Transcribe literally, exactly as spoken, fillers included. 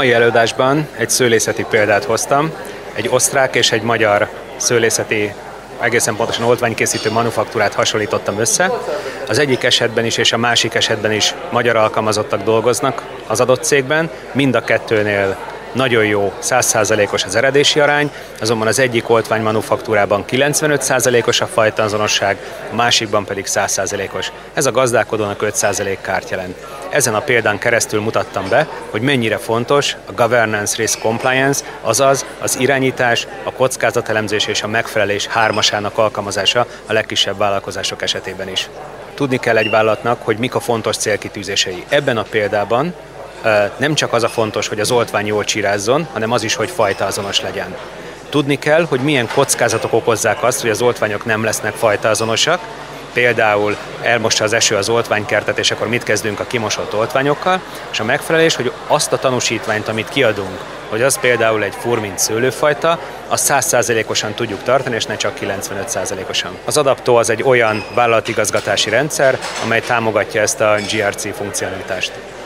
mai előadásban egy szőlészeti példát hoztam, egy osztrák és egy magyar szőlészeti, egészen pontosan oltványkészítő manufaktúrát hasonlítottam össze. Az egyik esetben is és a másik esetben is magyar alkalmazottak dolgoznak az adott cégben, mind a kettőnél nagyon jó, száz százalékos az eredési arány, azonban az egyik oltvány manufaktúrában kilencvenöt százalékos a fajtaazonosság, a másikban pedig száz százalékos. Ez a gazdálkodónak öt százalék kárt jelent. Ezen a példán keresztül mutattam be, hogy mennyire fontos a governance risk compliance, azaz az irányítás, a kockázatelemzés és a megfelelés hármasának alkalmazása a legkisebb vállalkozások esetében is. Tudni kell egy vállalatnak, hogy mik a fontos célkitűzései. Ebben a példában nem csak az a fontos, hogy az oltvány jól csirázzon, hanem az is, hogy fajtaazonos legyen. Tudni kell, hogy milyen kockázatok okozzák azt, hogy az oltványok nem lesznek fajtaazonosak. Például elmossa az eső az oltványkertet, és akkor mit kezdünk a kimosott oltványokkal, és a megfelelés, hogy azt a tanúsítványt, amit kiadunk, hogy az például egy furmint szőlőfajta, azt száz százalékosan tudjuk tartani, és ne csak kilencvenöt százalékosan. Az Adapto az egy olyan vállalatigazgatási rendszer, amely támogatja ezt a gé er cé funkcionalitást.